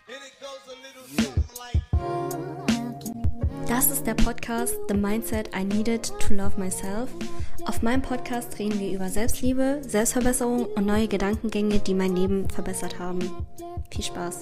Das ist der Podcast The Mindset I Needed to Love Myself. Auf meinem Podcast reden wir über Selbstliebe, Selbstverbesserung und neue Gedankengänge, die mein Leben verbessert haben. Viel Spaß!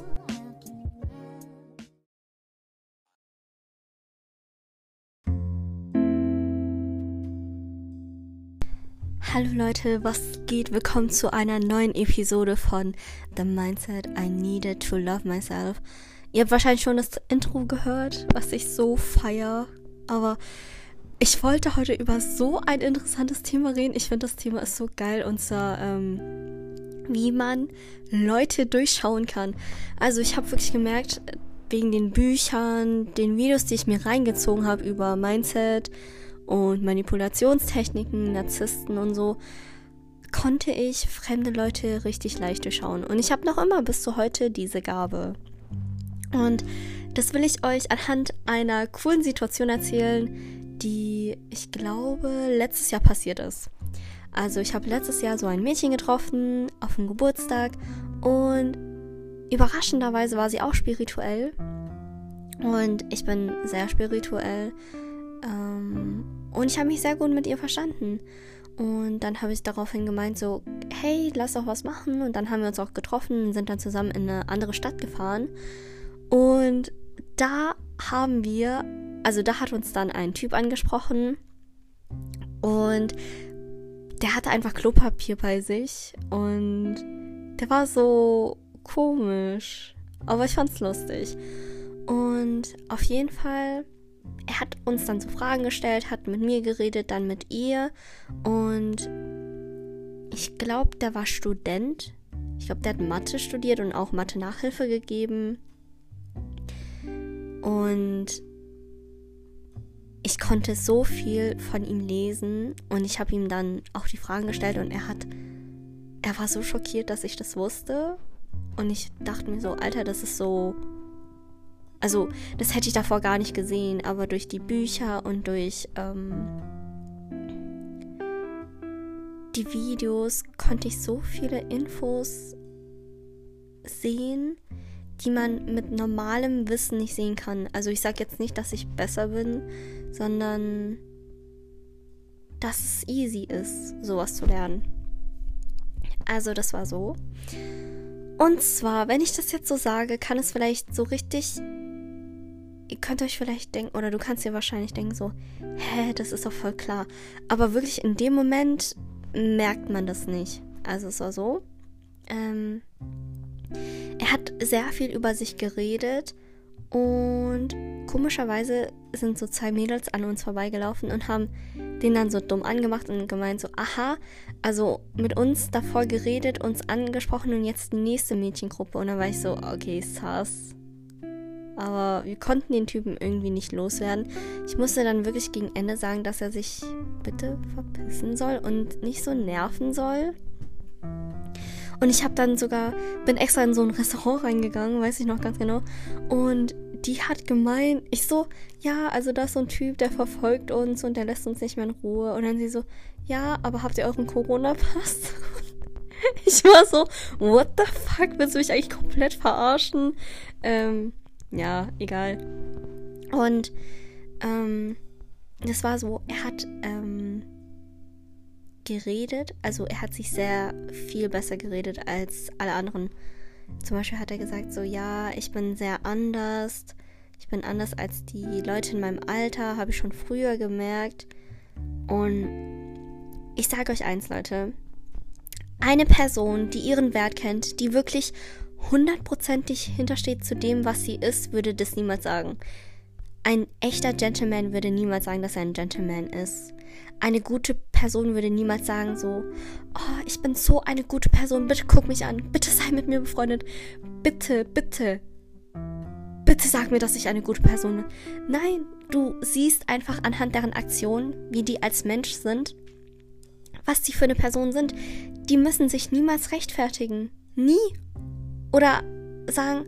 Hallo Leute, was geht? Willkommen zu einer neuen Episode von The Mindset I Needed to Love Myself. Ihr habt wahrscheinlich schon das Intro gehört, was ich so feiere, aber ich wollte heute über so ein interessantes Thema reden. Ich finde, das Thema ist so geil, und zwar, wie man Leute durchschauen kann. Also ich habe wirklich gemerkt, wegen den Büchern, den Videos, die ich mir reingezogen habe über Mindset und Manipulationstechniken, Narzissten und so, konnte ich fremde Leute richtig leicht durchschauen. Und ich habe noch immer bis zu heute diese Gabe. Und das will ich euch anhand einer coolen Situation erzählen, die, ich glaube, letztes Jahr passiert ist. Also ich habe letztes Jahr so ein Mädchen getroffen auf dem Geburtstag und überraschenderweise war sie auch spirituell. Und ich bin sehr spirituell. Und ich habe mich sehr gut mit ihr verstanden. Und dann habe ich daraufhin gemeint so, hey, lass doch was machen. Und dann haben wir uns auch getroffen und sind dann zusammen in eine andere Stadt gefahren. Und da hat uns dann ein Typ angesprochen. Und der hatte einfach Klopapier bei sich. Und der war so komisch. Aber ich fand's lustig. Und auf jeden Fall, er hat uns dann so Fragen gestellt, hat mit mir geredet, dann mit ihr. Und ich glaube, der war Student. Ich glaube, der hat Mathe studiert und auch Mathe-Nachhilfe gegeben. Und ich konnte so viel von ihm lesen. Und ich habe ihm dann auch die Fragen gestellt. Und er war so schockiert, dass ich das wusste. Und ich dachte mir so, Alter, das ist so... Also, das hätte ich davor gar nicht gesehen, aber durch die Bücher und durch die Videos konnte ich so viele Infos sehen, die man mit normalem Wissen nicht sehen kann. Also ich sage jetzt nicht, dass ich besser bin, sondern dass es easy ist, sowas zu lernen. Also das war so. Und zwar, wenn ich das jetzt so sage, kann es vielleicht so richtig... Ihr könnt euch vielleicht denken, oder du kannst dir wahrscheinlich denken so, das ist doch voll klar. Aber wirklich in dem Moment merkt man das nicht. Also es war so, er hat sehr viel über sich geredet und komischerweise sind so 2 Mädels an uns vorbeigelaufen und haben den dann so dumm angemacht und gemeint so, aha, also mit uns davor geredet, uns angesprochen und jetzt die nächste Mädchengruppe. Und dann war ich so, okay, sass. Aber wir konnten den Typen irgendwie nicht loswerden. Ich musste dann wirklich gegen Ende sagen, dass er sich bitte verpissen soll und nicht so nerven soll. Und ich habe dann bin extra in so ein Restaurant reingegangen, weiß ich noch ganz genau. Und die hat gemeint, ich so, ja, also da ist so ein Typ, der verfolgt uns und der lässt uns nicht mehr in Ruhe. Und dann sie so, ja, aber habt ihr euren Corona-Pass? Ich war so, what the fuck, willst du mich eigentlich komplett verarschen? Ja, egal. Und das war so, er hat geredet, also er hat sich sehr viel besser geredet als alle anderen. Zum Beispiel hat er gesagt so, ja, ich bin sehr anders. Ich bin anders als die Leute in meinem Alter, habe ich schon früher gemerkt. Und ich sage euch eins, Leute. Eine Person, die ihren Wert kennt, die wirklich 100%ig hintersteht zu dem, was sie ist, würde das niemals sagen. Ein echter Gentleman würde niemals sagen, dass er ein Gentleman ist. Eine gute Person würde niemals sagen so, oh, ich bin so eine gute Person, bitte guck mich an, bitte sei mit mir befreundet, bitte, bitte, bitte sag mir, dass ich eine gute Person bin. Nein, du siehst einfach anhand deren Aktionen, wie die als Mensch sind, was die für eine Person sind. Die müssen sich niemals rechtfertigen. Nie. Oder sagen,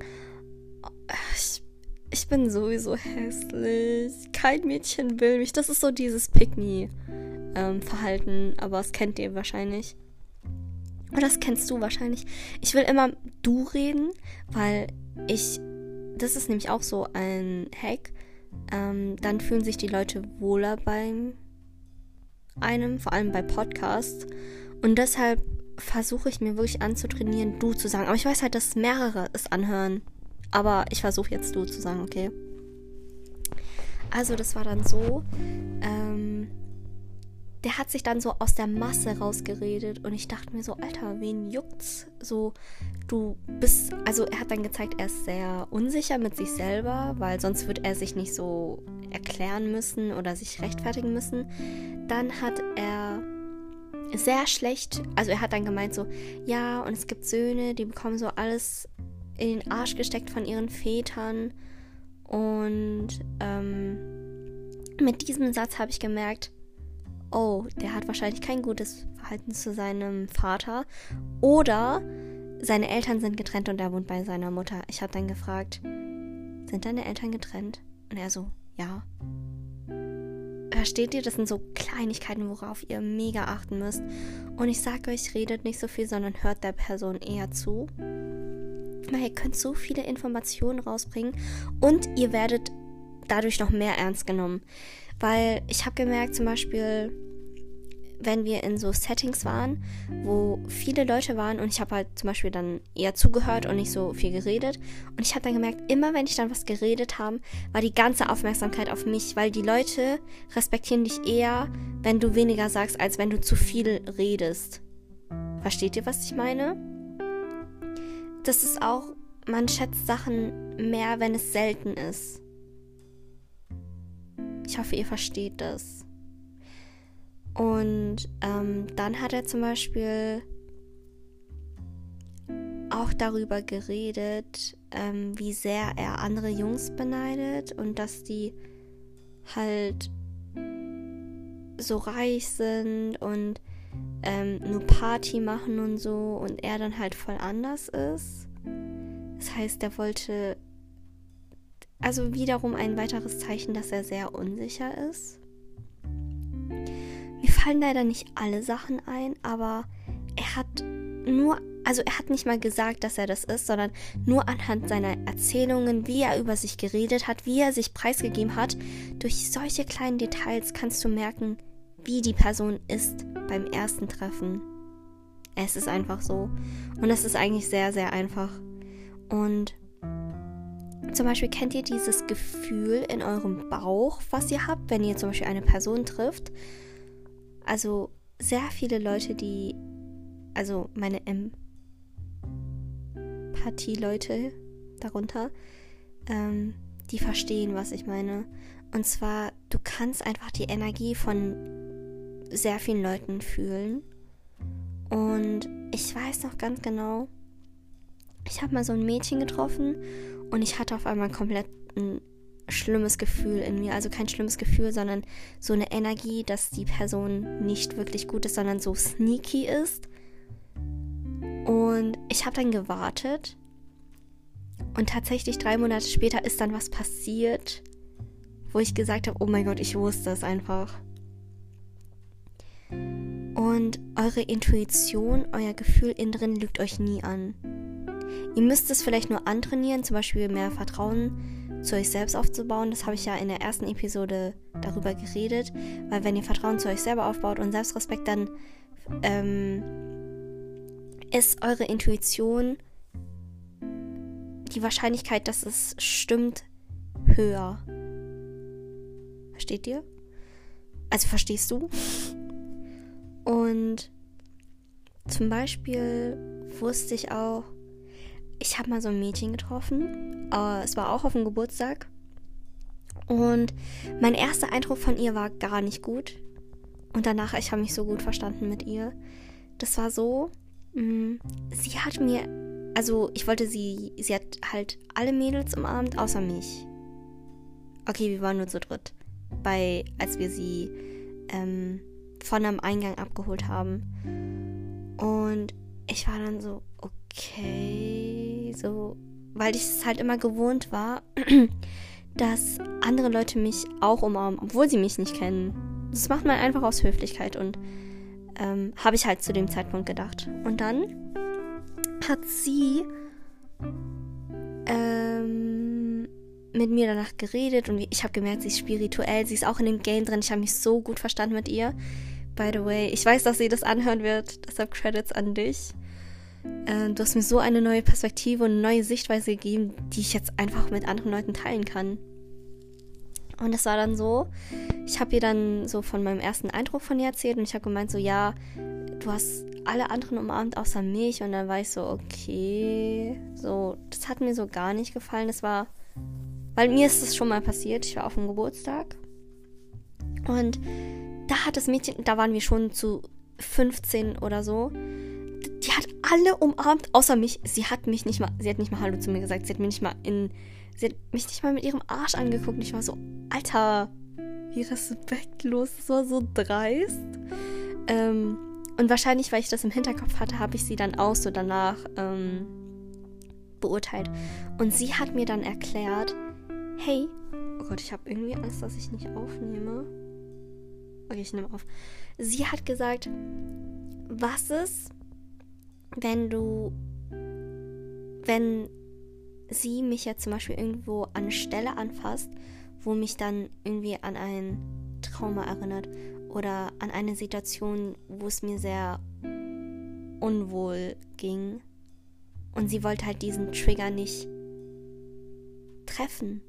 ich bin sowieso hässlich, kein Mädchen will mich. Das ist so dieses Pick-me-Verhalten, aber das kennt ihr wahrscheinlich. Oder das kennst du wahrscheinlich. Ich will immer du reden, weil ich das ist nämlich auch so ein Hack. Dann fühlen sich die Leute wohler bei einem, vor allem bei Podcasts. Und deshalb versuche ich mir wirklich anzutrainieren, du zu sagen. Aber ich weiß halt, dass mehrere es anhören. Aber ich versuche jetzt du zu sagen, okay? Also das war dann so, der hat sich dann so aus der Masse rausgeredet und ich dachte mir so, Alter, wen juckt's? So, er hat dann gezeigt, er ist sehr unsicher mit sich selber, weil sonst wird er sich nicht so erklären müssen oder sich rechtfertigen müssen. Dann hat er sehr schlecht, also er hat dann gemeint so, ja, und es gibt Söhne, die bekommen so alles in den Arsch gesteckt von ihren Vätern und mit diesem Satz habe ich gemerkt, oh, der hat wahrscheinlich kein gutes Verhalten zu seinem Vater oder seine Eltern sind getrennt und er wohnt bei seiner Mutter. Ich habe dann gefragt, sind deine Eltern getrennt? Und er so, ja. Versteht ihr? Das sind so Kleinigkeiten, worauf ihr mega achten müsst. Und ich sage euch, redet nicht so viel, sondern hört der Person eher zu. Weil ihr könnt so viele Informationen rausbringen und ihr werdet dadurch noch mehr ernst genommen. Weil ich habe gemerkt, zum Beispiel, wenn wir in so Settings waren, wo viele Leute waren und ich habe halt zum Beispiel dann eher zugehört und nicht so viel geredet. Und ich habe dann gemerkt, immer wenn ich dann was geredet habe, war die ganze Aufmerksamkeit auf mich, weil die Leute respektieren dich eher, wenn du weniger sagst, als wenn du zu viel redest. Versteht ihr, was ich meine? Das ist auch, man schätzt Sachen mehr, wenn es selten ist. Ich hoffe, ihr versteht das. Und dann hat er zum Beispiel auch darüber geredet, wie sehr er andere Jungs beneidet und dass die halt so reich sind und nur Party machen und so und er dann halt voll anders ist. Das heißt, er wollte also wiederum ein weiteres Zeichen, dass er sehr unsicher ist. Mir fallen leider nicht alle Sachen ein, aber er hat nicht mal gesagt, dass er das ist, sondern nur anhand seiner Erzählungen, wie er über sich geredet hat, wie er sich preisgegeben hat. Durch solche kleinen Details kannst du merken, wie die Person ist beim ersten Treffen. Es ist einfach so. Und es ist eigentlich sehr, sehr einfach. Und zum Beispiel kennt ihr dieses Gefühl in eurem Bauch, was ihr habt, wenn ihr zum Beispiel eine Person trifft? Also sehr viele Leute, also meine Empathie-Leute darunter, die verstehen, was ich meine. Und zwar, du kannst einfach die Energie von sehr vielen Leuten fühlen. Und ich weiß noch ganz genau, ich habe mal so ein Mädchen getroffen und ich hatte auf einmal komplett ein schlimmes Gefühl in mir. Also kein schlimmes Gefühl, sondern so eine Energie, dass die Person nicht wirklich gut ist, sondern so sneaky ist. Und ich habe dann gewartet und tatsächlich 3 Monate später ist dann was passiert, wo ich gesagt habe, oh mein Gott, ich wusste es einfach. Und eure Intuition, euer Gefühl innen drin lügt euch nie an. Ihr müsst es vielleicht nur antrainieren, zum Beispiel mehr Vertrauen zu euch selbst aufzubauen. Das habe ich ja in der ersten Episode darüber geredet, weil wenn ihr Vertrauen zu euch selber aufbaut und Selbstrespekt, dann ist eure Intuition, die Wahrscheinlichkeit, dass es stimmt, höher. Versteht ihr? Also verstehst du? Und zum Beispiel wusste ich auch, ich habe mal so ein Mädchen getroffen. Es war auch auf dem Geburtstag. Und mein erster Eindruck von ihr war gar nicht gut. Und danach, ich habe mich so gut verstanden mit ihr. Das war so, sie hat mir, also ich wollte sie hat halt alle Mädels umarmt, außer mich. Okay, wir waren nur zu dritt. Als wir sie von am Eingang abgeholt haben. Und ich war dann so, okay, so, weil ich es halt immer gewohnt war, dass andere Leute mich auch umarmen, obwohl sie mich nicht kennen. Das macht man einfach aus Höflichkeit und habe ich halt zu dem Zeitpunkt gedacht. Und dann hat sie mit mir danach geredet und ich habe gemerkt, sie ist spirituell, sie ist auch in dem Game drin. Ich habe mich so gut verstanden mit ihr. By the way, ich weiß, dass sie das anhören wird, deshalb Credits an dich. Du hast mir so eine neue Perspektive und eine neue Sichtweise gegeben, die ich jetzt einfach mit anderen Leuten teilen kann. Und es war dann so, ich habe ihr dann so von meinem ersten Eindruck von ihr erzählt und ich habe gemeint so, ja, du hast alle anderen umarmt außer mich. Und dann war ich so, okay, so, das hat mir so gar nicht gefallen. Das war, weil mir ist das schon mal passiert, ich war auf dem Geburtstag und da hat das Mädchen, da waren wir schon zu 15 oder so, die hat alle umarmt, außer mich. Sie hat nicht mal Hallo zu mir gesagt, sie hat mich nicht mal mit ihrem Arsch angeguckt. Und ich war so, Alter, wie respektlos, das war so dreist. Und wahrscheinlich, weil ich das im Hinterkopf hatte, habe ich sie dann auch so danach beurteilt. Und sie hat mir dann erklärt, hey, oh Gott, ich habe irgendwie Angst, dass ich nicht aufnehme. Okay, ich nehme auf. Sie hat gesagt, was ist, wenn sie mich jetzt zum Beispiel irgendwo an eine Stelle anfasst, wo mich dann irgendwie an ein Trauma erinnert oder an eine Situation, wo es mir sehr unwohl ging und sie wollte halt diesen Trigger nicht treffen.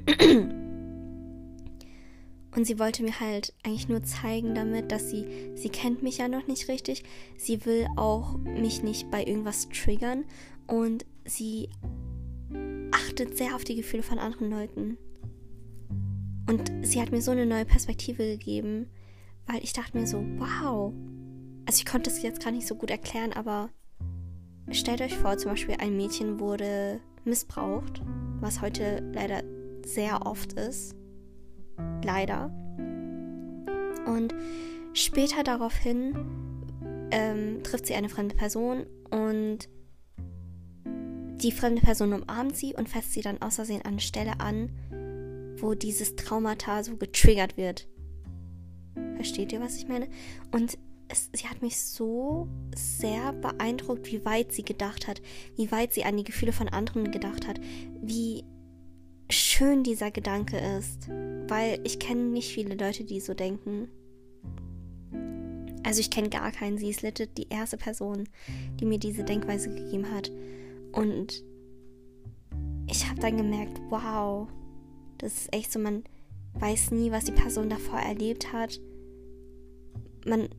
Und sie wollte mir halt eigentlich nur zeigen damit, dass sie kennt mich ja noch nicht richtig, sie will auch mich nicht bei irgendwas triggern und sie achtet sehr auf die Gefühle von anderen Leuten. Und sie hat mir so eine neue Perspektive gegeben, weil ich dachte mir so, wow. Also ich konnte es jetzt gerade nicht so gut erklären, aber stellt euch vor, zum Beispiel ein Mädchen wurde missbraucht, was heute leider sehr oft ist. Leider. Und später daraufhin trifft sie eine fremde Person und die fremde Person umarmt sie und fasst sie dann aus Versehen an eine Stelle an, wo dieses Traumata so getriggert wird. Versteht ihr, was ich meine? Und sie hat mich so sehr beeindruckt, wie weit sie gedacht hat, wie weit sie an die Gefühle von anderen gedacht hat, wie schön dieser Gedanke ist, weil ich kenne nicht viele Leute, die so denken. Also ich kenne gar keinen. Sie ist legit die erste Person, die mir diese Denkweise gegeben hat. Und ich habe dann gemerkt, wow, das ist echt so, man weiß nie, was die Person davor erlebt hat. Man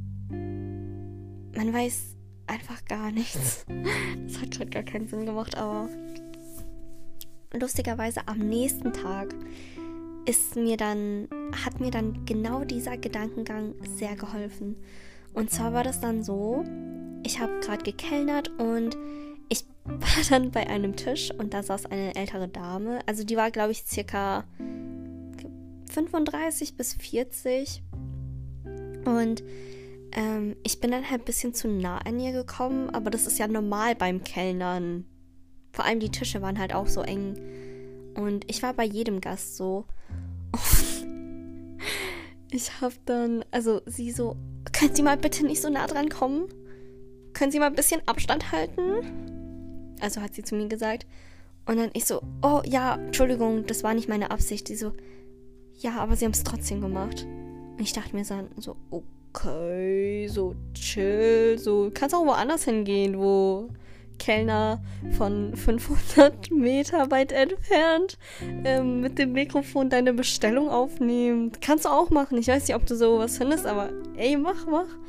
weiß einfach gar nichts. Das hat gerade gar keinen Sinn gemacht, aber lustigerweise am nächsten Tag hat mir dann genau dieser Gedankengang sehr geholfen. Und zwar war das dann so, ich habe gerade gekellnert und ich war dann bei einem Tisch und da saß eine ältere Dame. Also die war, glaube ich, circa 35 bis 40. Und ich bin dann halt ein bisschen zu nah an ihr gekommen, aber das ist ja normal beim Kellnern. Vor allem die Tische waren halt auch so eng. Und ich war bei jedem Gast so. Ich hab dann, also sie so, können Sie mal bitte nicht so nah dran kommen? Können Sie mal ein bisschen Abstand halten? Also hat sie zu mir gesagt. Und dann ich so, oh ja, Entschuldigung, das war nicht meine Absicht. Die so, ja, aber Sie haben es trotzdem gemacht. Und ich dachte mir so, okay, so chill, so, kannst auch woanders hingehen, wo Kellner von 500 Meter weit entfernt mit dem Mikrofon deine Bestellung aufnehmen. Kannst du auch machen. Ich weiß nicht, ob du sowas findest, aber ey, mach.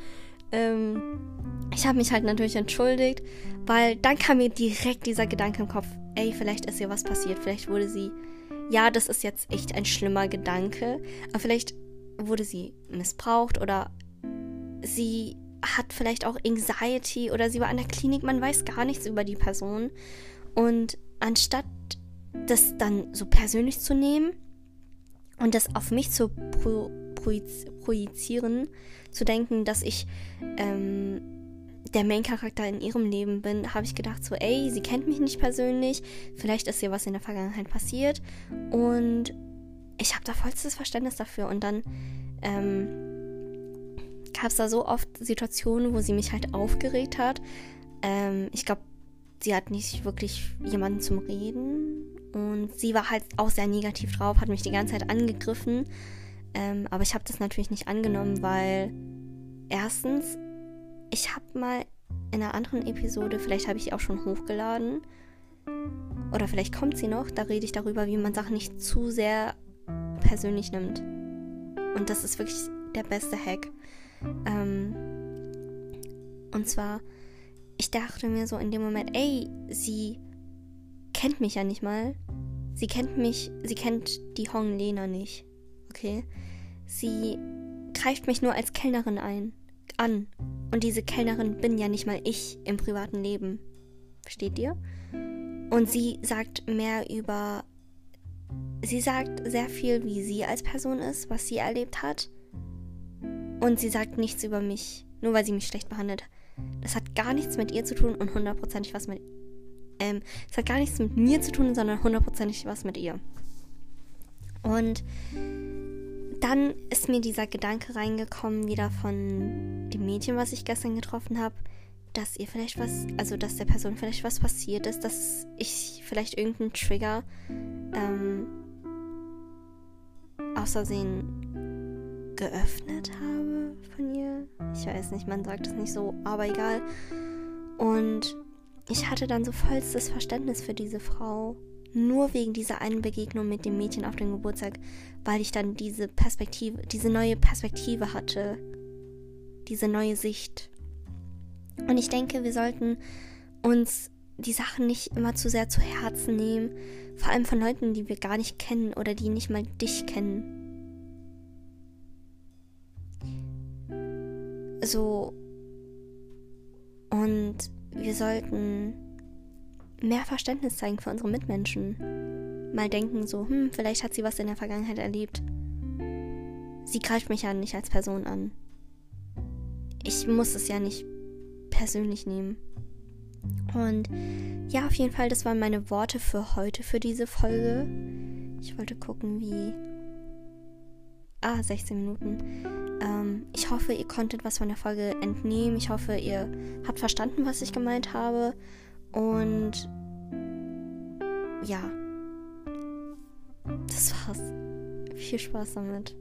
Ich habe mich halt natürlich entschuldigt, weil dann kam mir direkt dieser Gedanke im Kopf, ey, vielleicht ist ihr was passiert. Vielleicht wurde sie, ja, das ist jetzt echt ein schlimmer Gedanke, aber vielleicht wurde sie missbraucht oder sie hat vielleicht auch Anxiety oder sie war an der Klinik, man weiß gar nichts über die Person. Und anstatt das dann so persönlich zu nehmen und das auf mich zu projizieren, zu denken, dass ich der Main-Charakter in ihrem Leben bin, habe ich gedacht so, ey, sie kennt mich nicht persönlich, vielleicht ist ihr was in der Vergangenheit passiert und ich habe da vollstes Verständnis dafür. Und dann gab es da so oft Situationen, wo sie mich halt aufgeregt hat. Ich glaube, sie hat nicht wirklich jemanden zum Reden. Und sie war halt auch sehr negativ drauf, hat mich die ganze Zeit angegriffen. Aber ich habe das natürlich nicht angenommen, weil erstens, ich habe mal in einer anderen Episode, vielleicht habe ich die auch schon hochgeladen, oder vielleicht kommt sie noch, da rede ich darüber, wie man Sachen nicht zu sehr persönlich nimmt. Und das ist wirklich der beste Hack. Und zwar, ich dachte mir so in dem Moment, sie kennt mich ja nicht mal. Sie kennt die Hong Lena nicht. Okay? Sie greift mich nur als Kellnerin an. Und diese Kellnerin bin ja nicht mal ich im privaten Leben. Versteht ihr? Und sie sagt sehr viel, wie sie als Person ist, was sie erlebt hat. Und sie sagt nichts über mich, nur weil sie mich schlecht behandelt. Das hat gar nichts mit ihr zu tun und hundertprozentig was mit... es hat gar nichts mit mir zu tun, sondern hundertprozentig was mit ihr. Und dann ist mir dieser Gedanke reingekommen, wieder von dem Mädchen, was ich gestern getroffen habe, dass der Person vielleicht was passiert ist, dass ich vielleicht irgendeinen Trigger aus Versehen geöffnet habe von ihr. Ich weiß nicht, man sagt es nicht so, aber egal. Und ich hatte dann so vollstes Verständnis für diese Frau, nur wegen dieser einen Begegnung mit dem Mädchen auf dem Geburtstag, weil ich dann diese neue Perspektive hatte, diese neue Sicht. Und ich denke, wir sollten uns die Sachen nicht immer zu sehr zu Herzen nehmen, vor allem von Leuten, die wir gar nicht kennen oder die nicht mal dich kennen. So. Und wir sollten mehr Verständnis zeigen für unsere Mitmenschen. Mal denken so, vielleicht hat sie was in der Vergangenheit erlebt. Sie greift mich ja nicht als Person an. Ich muss es ja nicht persönlich nehmen. Und ja, auf jeden Fall, das waren meine Worte für heute, für diese Folge. Ich wollte gucken, 16 Minuten. Ich hoffe, ihr konntet was von der Folge entnehmen. Ich hoffe, ihr habt verstanden, was ich gemeint habe. Und ja, das war's. Viel Spaß damit.